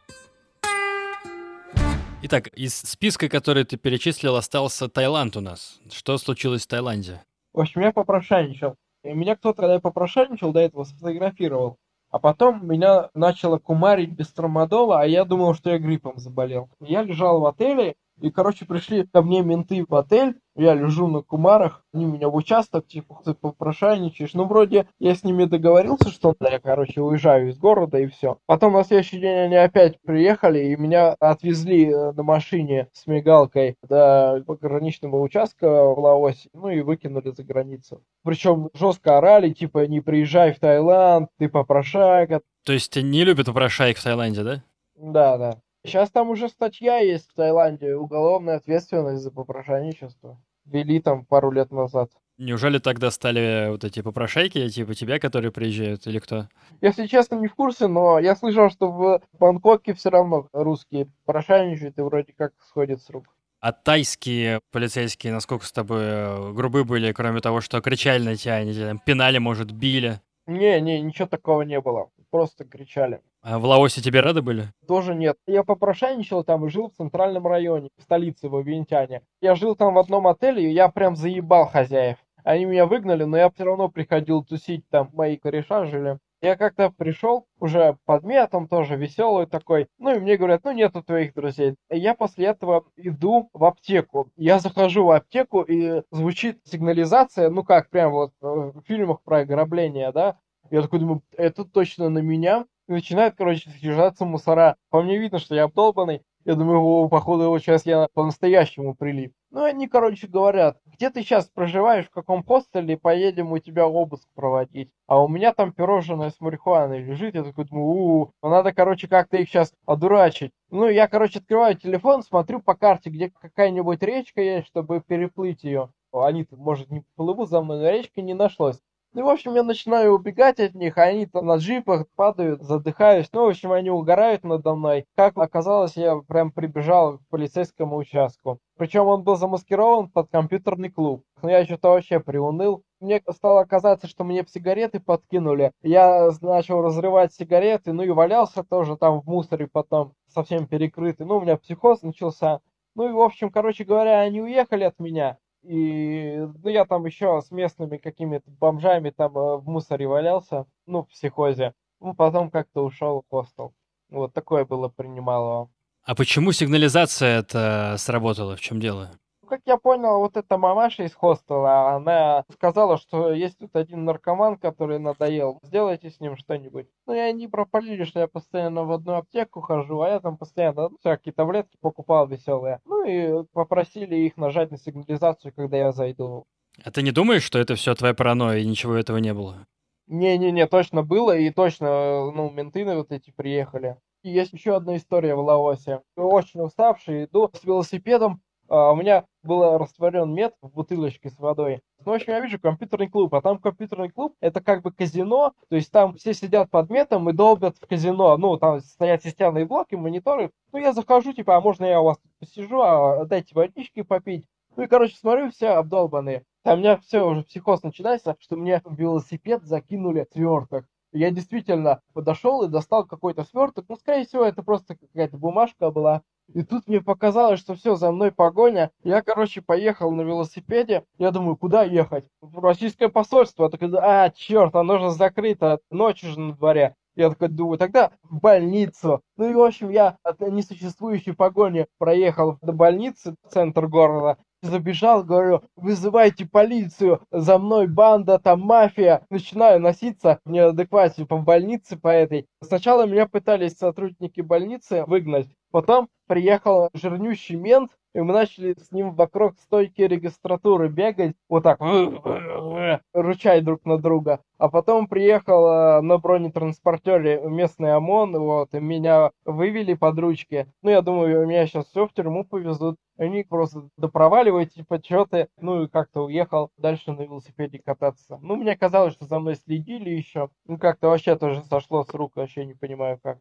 Итак, из списка, который ты перечислил, остался Таиланд у нас. Что случилось в Таиланде? В общем, я попрошайничал. И меня кто-то, когда я попрошайничал, до этого сфотографировал. А потом меня начало кумарить без трамадола, а я думал, что я гриппом заболел. Я лежал в отеле, и, короче, пришли ко мне менты в отель. Я лежу на кумарах, они меня в участок, типа, ты попрошайничаешь. Ну, вроде я с ними договорился, что я, короче, уезжаю из города, и все. Потом на следующий день они опять приехали, и меня отвезли на машине с мигалкой до пограничного участка в Лаосе, ну и выкинули за границу. Причем жестко орали, типа, не приезжай в Таиланд, ты попрошайка. То есть не любят попрошаек в Таиланде, да? Да, да. Сейчас там уже статья есть в Таиланде, уголовная ответственность за попрошайничество. Ввели там пару лет назад. Неужели тогда стали вот эти попрошайки, типа тебя, которые приезжают, или кто? Если честно, не в курсе, но я слышал, что в Бангкоке все равно русские попрошайничают и вроде как сходит с рук. А тайские полицейские, насколько с тобой э, грубы были, кроме того, что кричали на тебя, они тебя там пинали, может, били? Не, не, ничего такого не было. Просто кричали. А в Лаосе тебе рады были? Тоже нет. Я попрошайничал там и жил в центральном районе, в столице, во Виентяне. Я жил там в одном отеле, и я прям заебал хозяев. Они меня выгнали, но я все равно приходил тусить, там мои кореша жили. Я как-то пришел, уже под метом тоже, веселый такой. Ну и мне говорят, ну нету твоих друзей. И я после этого иду в аптеку. Я захожу в аптеку, и звучит сигнализация, ну как, прям вот в фильмах про ограбление, да. Я такой думаю, это точно на меня. И начинают, короче, съезжаться мусора. По мне видно, что я обдолбанный. Я думаю, о, походу, вот сейчас я по-настоящему прилип. Ну, они, короче, говорят, где ты сейчас проживаешь, в каком хостеле, поедем у тебя обыск проводить. А у меня там пирожное с марихуаной лежит. Я такой думаю, у надо, короче, как-то их сейчас одурачить. Ну, я, короче, открываю телефон, смотрю по карте, где какая-нибудь речка есть, чтобы переплыть ее. Они, может, не плывут за мной, но речки не нашлось. Ну, в общем, я начинаю убегать от них, а они там на джипах падают, задыхаюсь. Ну, в общем, они угорают надо мной. Как оказалось, я прям прибежал к полицейскому участку. Причем он был замаскирован под компьютерный клуб. Но я что-то вообще приуныл. Мне стало казаться, что мне сигареты подкинули. Я начал разрывать сигареты, ну и валялся тоже там в мусоре потом, совсем перекрытый. Ну, у меня психоз начался. Ну и, в общем, короче говоря, они уехали от меня. И, ну, я там еще с местными какими-то бомжами там э, в мусоре валялся, ну, в психозе. Ну, потом как-то ушел в хостел. Вот такое было принимало. А почему сигнализация это сработала? В чем дело? Ну, как я понял, вот эта мамаша из хостела, она сказала, что есть тут один наркоман, который надоел, сделайте с ним что-нибудь. Ну, и они пропалили, что я постоянно в одну аптеку хожу, а я там постоянно ну, всякие таблетки покупал веселые. Ну, и попросили их нажать на сигнализацию, когда я зайду. А ты не думаешь, что это все твоя паранойя и ничего этого не было? Не-не-не, точно было, и точно, ну, менты на вот эти приехали. И есть еще одна история в Лаосе. Очень уставший, иду с велосипедом, а, у меня был растворен мед в бутылочке с водой. Ну, в общем, я вижу компьютерный клуб, а там компьютерный клуб, это как бы казино, то есть там все сидят под метом и долбят в казино. Ну, там стоят системные блоки, мониторы. Ну, я захожу, типа, а можно я у вас тут посижу, а дайте водички попить. Ну и, короче, смотрю, все обдолбанные. А у меня все, уже психоз начинается, что мне в велосипед закинули сверток. Я действительно подошел и достал какой-то сверток. Ну, скорее всего, это просто какая-то бумажка была. И тут мне показалось, что все, за мной погоня. Я, короче, поехал на велосипеде. Я думаю, куда ехать? В российское посольство. Я такой, а, черт, оно же закрыто. Ночь уже на дворе. Я такой думаю, тогда в больницу. Ну и, в общем, я от несуществующей погони проехал до больницы, в центр города. Забежал, говорю, вызывайте полицию, за мной банда, там мафия. Начинаю носиться в неадеквате по больнице по этой. Сначала меня пытались сотрудники больницы выгнать, потом приехал жирнющий мент, и мы начали с ним вокруг стойки регистратуры бегать, вот так, рычать друг на друга. А потом приехал э, на бронетранспортере местный ОМОН, вот, и меня вывели под ручки. Ну, я думаю, меня сейчас все в тюрьму повезут. Они просто допроваливают, типа, чё ты, ну, и как-то уехал дальше на велосипеде кататься. Ну, мне казалось, что за мной следили еще. Ну, как-то вообще тоже сошло с рук, вообще не понимаю как.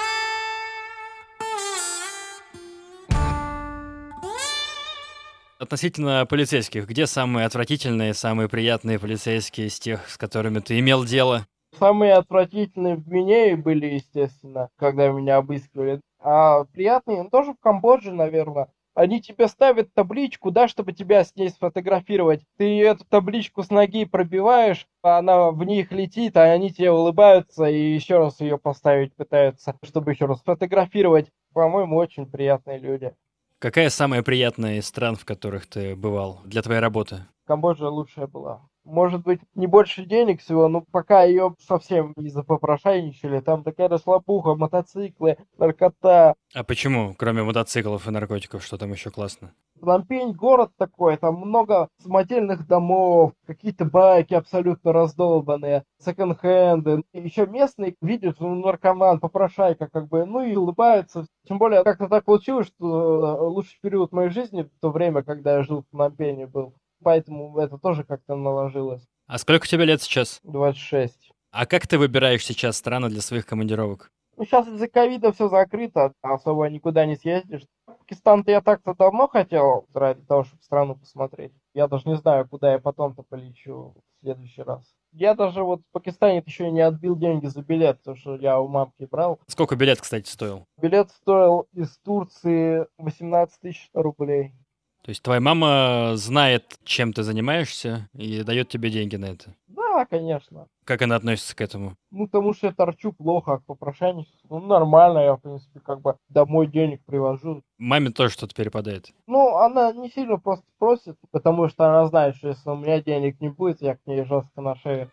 Относительно полицейских, где самые отвратительные, самые приятные полицейские из тех, с которыми ты имел дело? Самые отвратительные в Гвинее были, естественно, когда меня обыскивали. А приятные, ну, тоже в Камбодже, наверное. Они тебе ставят табличку, да, чтобы тебя с ней сфотографировать. Ты эту табличку с ноги пробиваешь, а она в них летит, а они тебе улыбаются и еще раз ее поставить пытаются, чтобы еще раз сфотографировать. По-моему, очень приятные люди. Какая самая приятная из стран, в которых ты бывал для твоей работы? Камбоджа лучшая была. Может быть, не больше денег всего, но пока ее совсем не запопрошайничали, там такая расслабуха, мотоциклы, наркота. А почему, кроме мотоциклов и наркотиков, что там еще классно? Пномпень город такой, там много самодельных домов, какие-то байки абсолютно раздолбанные, секонд-хенды. Еще местные видят, ну, наркоман, попрошайка, как бы, ну и улыбаются. Тем более, как-то так получилось, что э, лучший период моей жизни в то время, когда я жил в Пномпене был. Поэтому это тоже как-то наложилось. А сколько тебе лет сейчас? двадцать шесть. А как ты выбираешь сейчас страны для своих командировок? Ну, сейчас из-за ковида все закрыто, особо никуда не съездишь. В Пакистан-то я так-то давно хотел, ради того, чтобы страну посмотреть. Я даже не знаю, куда я потом-то полечу в следующий раз. Я даже вот в Пакистане еще и не отбил деньги за билет, потому что я у мамки брал. Сколько билет, кстати, стоил? Билет стоил из Турции восемнадцать тысяч рублей. То есть твоя мама знает, чем ты занимаешься, и дает тебе деньги на это. Да, конечно. Как она относится к этому? Ну, потому что я торчу плохо, а к попрошайничеству. Ну, нормально, я, в принципе, как бы домой денег привожу. Маме тоже что-то перепадает. Ну, она не сильно просто просит, потому что она знает, что если у меня денег не будет, я к ней жестко на шею.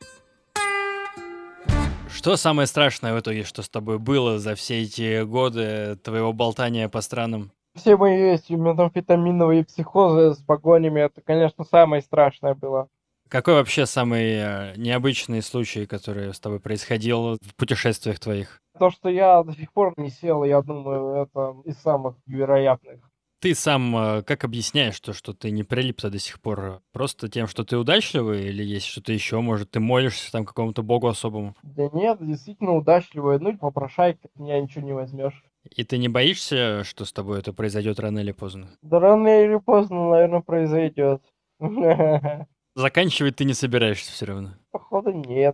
Что самое страшное в итоге, что с тобой было за все эти годы твоего болтания по странам? Все мои эти метамфетаминовые психозы с погонями, это, конечно, самое страшное было. Какой вообще самый э, необычный случай, который с тобой происходил в путешествиях твоих? То, что я до сих пор не сел, я думаю, это из самых вероятных. Ты сам э, как объясняешь то, что ты не прилип-то до сих пор? Просто тем, что ты удачливый, или есть что-то еще? Может, ты молишься там какому-то богу особому? Да нет, действительно удачливый. Ну, попрошайка, от меня ничего не возьмешь. И ты не боишься, что с тобой это произойдет рано или поздно? Да рано или поздно, наверное, произойдет. Заканчивать ты не собираешься все равно. Походу, нет.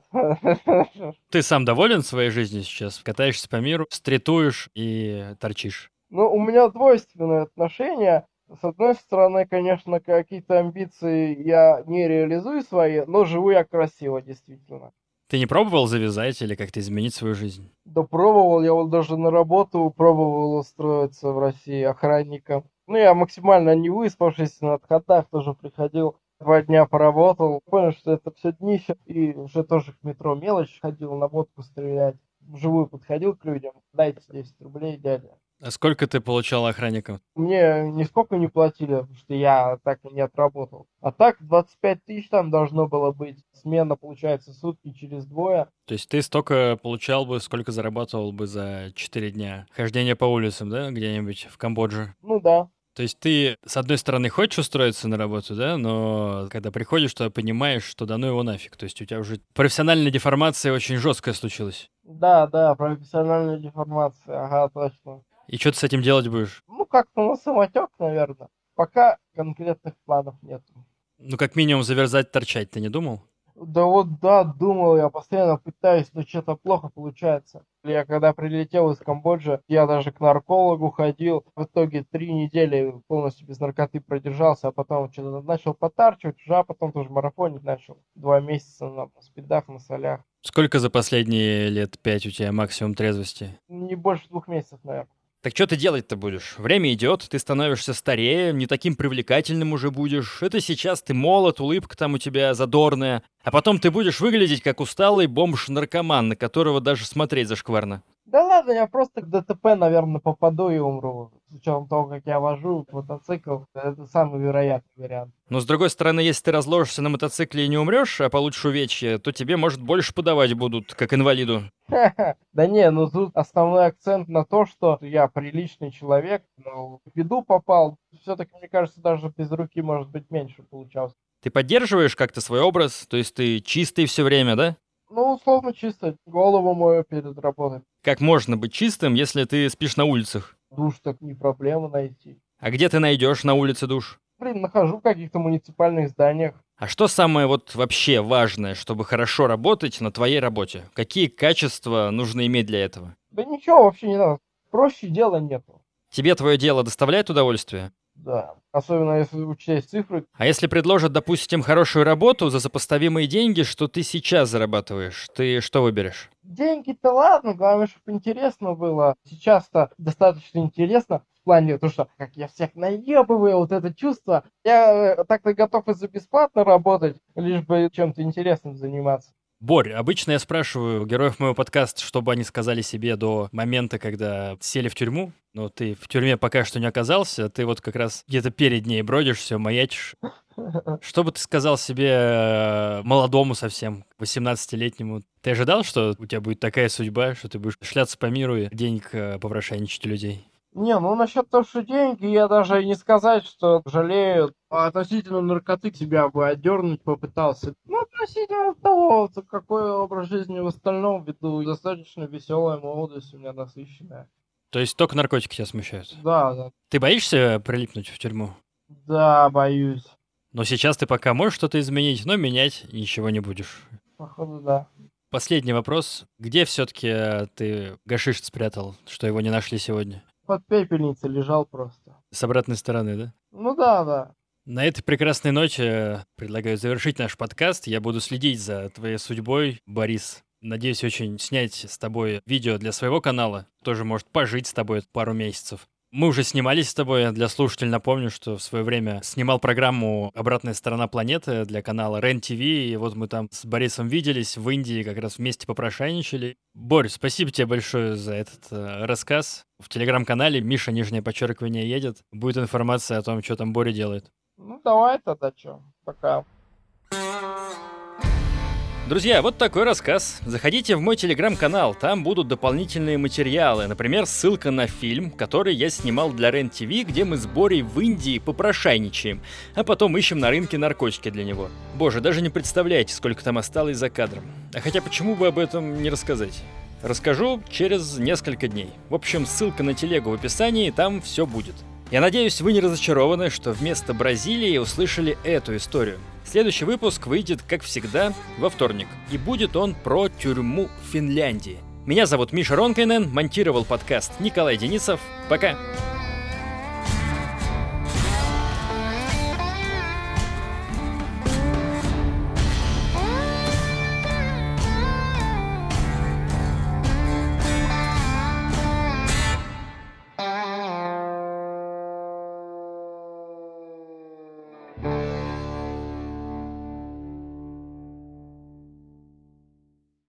Ты сам доволен своей жизнью сейчас? Катаешься по миру, стритуешь и торчишь. Ну, у меня двойственное отношение. С одной стороны, конечно, какие-то амбиции я не реализую свои, но живу я красиво, действительно. Ты не пробовал завязать или как-то изменить свою жизнь? Да пробовал, я вот даже на работу пробовал устроиться в России охранником. Ну, я максимально не выспавшийся, на отходах тоже приходил. Два дня поработал, понял, что это все днище, и уже тоже к метро мелочь ходил, на водку стрелять. Вживую подходил к людям, дайте десять рублей, дядя. А сколько ты получал охранником? Мне нисколько не платили, потому что я так и не отработал. А так двадцать пять тысяч там должно было быть. Смена, получается, сутки через двое. То есть ты столько получал бы, сколько зарабатывал бы за четыре дня хождения по улицам, да, где-нибудь в Камбодже? Ну да. То есть ты, с одной стороны, хочешь устроиться на работу, да, но когда приходишь, то понимаешь, что да ну его нафиг. То есть у тебя уже профессиональная деформация очень жесткая случилась. Да, да, профессиональная деформация, ага, точно. И что ты с этим делать будешь? Ну, как-то на самотек, наверное. Пока конкретных планов нет. Ну, как минимум, заверзать, торчать ты не думал? Да вот, да, думал, я постоянно пытаюсь, но что-то плохо получается. Я когда прилетел из Камбоджи, я даже к наркологу ходил. В итоге три недели полностью без наркоты продержался, а потом что-то начал потарчивать, уже, а потом тоже марафонить начал. Два месяца на спидах, на солях. Сколько за последние лет пять у тебя максимум трезвости? Не больше двух месяцев, наверное. Так что ты делать-то будешь? Время идет, ты становишься старее, не таким привлекательным уже будешь. Это сейчас ты молод, улыбка там у тебя задорная. А потом ты будешь выглядеть как усталый бомж-наркоман, на которого даже смотреть зашкварно. Да ладно, я просто к ДТП, наверное, попаду и умру. С учетом того, как я вожу мотоцикл, это самый вероятный вариант. Но с другой стороны, если ты разложишься на мотоцикле и не умрешь, а получишь увечье, то тебе, может, больше подавать будут, как инвалиду. Да не, ну тут основной акцент на то, что я приличный человек, но в беду попал. Все-таки, мне кажется, даже без руки, может быть, меньше получалось. Ты поддерживаешь как-то свой образ, то есть ты чистый все время, да? Ну, условно чисто, голову мою перед работой. Как можно быть чистым, если ты спишь на улицах? Душ так не проблема найти. А где ты найдешь на улице душ? Блин, нахожу в каких-то муниципальных зданиях. А что самое вот вообще важное, чтобы хорошо работать на твоей работе? Какие качества нужно иметь для этого? Да ничего вообще не надо. Проще дела нету. Тебе твое дело доставляет удовольствие? Да, особенно если учесть цифры. А если предложат, допустим, хорошую работу за сопоставимые деньги, что ты сейчас зарабатываешь, ты что выберешь? Деньги-то ладно, главное, чтобы интересно было. Сейчас-то достаточно интересно в плане того, что как я всех наебываю, вот это чувство. Я э, так-то готов и за бесплатно работать, лишь бы чем-то интересным заниматься. Борь, обычно я спрашиваю героев моего подкаста, чтобы они сказали себе до момента, когда сели в тюрьму. Но ты в тюрьме пока что не оказался, ты вот как раз где-то перед ней бродишь, все маячишь. Что бы ты сказал себе э, молодому совсем, восемнадцатилетнему? Ты ожидал, что у тебя будет такая судьба, что ты будешь шляться по миру и денег э, попрошайничать у людей? Не, ну насчет того, что деньги, я даже и не сказать, что жалею. А относительно наркоты себя бы отдернуть попытался. Ну, относительно того, вот какой образ жизни в остальном веду. Достаточно веселая молодость у меня насыщенная. То есть только наркотики тебя смущают? Да, да. Ты боишься прилипнуть в тюрьму? Да, боюсь. Но сейчас ты пока можешь что-то изменить, но менять ничего не будешь. Походу, да. Последний вопрос. Где все-таки ты гашиш спрятал, что его не нашли сегодня? Под пепельницей лежал просто. С обратной стороны, да? Ну да, да. На этой прекрасной ноте предлагаю завершить наш подкаст. Я буду следить за твоей судьбой, Борис. Надеюсь очень снять с тобой видео для своего канала. Тоже может пожить с тобой пару месяцев. Мы уже снимались с тобой. Для слушателей напомню, что в свое время снимал программу «Обратная сторона планеты» для канала Рен ТВ. И вот мы там с Борисом виделись в Индии, как раз вместе попрошайничали. Борь, спасибо тебе большое за этот э, рассказ. В телеграм-канале Миша, нижнее подчеркивание, едет. Будет информация о том, что там Боря делает. Ну давай тогда что. Пока. Друзья, вот такой рассказ. Заходите в мой телеграм-канал, там будут дополнительные материалы. Например, ссылка на фильм, который я снимал для Рен ТВ, где мы с Борей в Индии попрошайничаем, а потом ищем на рынке наркотики для него. Боже, даже не представляете, сколько там осталось за кадром. А хотя почему бы об этом не рассказать? Расскажу через несколько дней. В общем, ссылка на телегу в описании, там все будет. Я надеюсь, вы не разочарованы, что вместо Бразилии услышали эту историю. Следующий выпуск выйдет, как всегда, во вторник, и будет он про тюрьму в Финляндии. Меня зовут Миша Ронкайнен, монтировал подкаст Николай Денисов. Пока!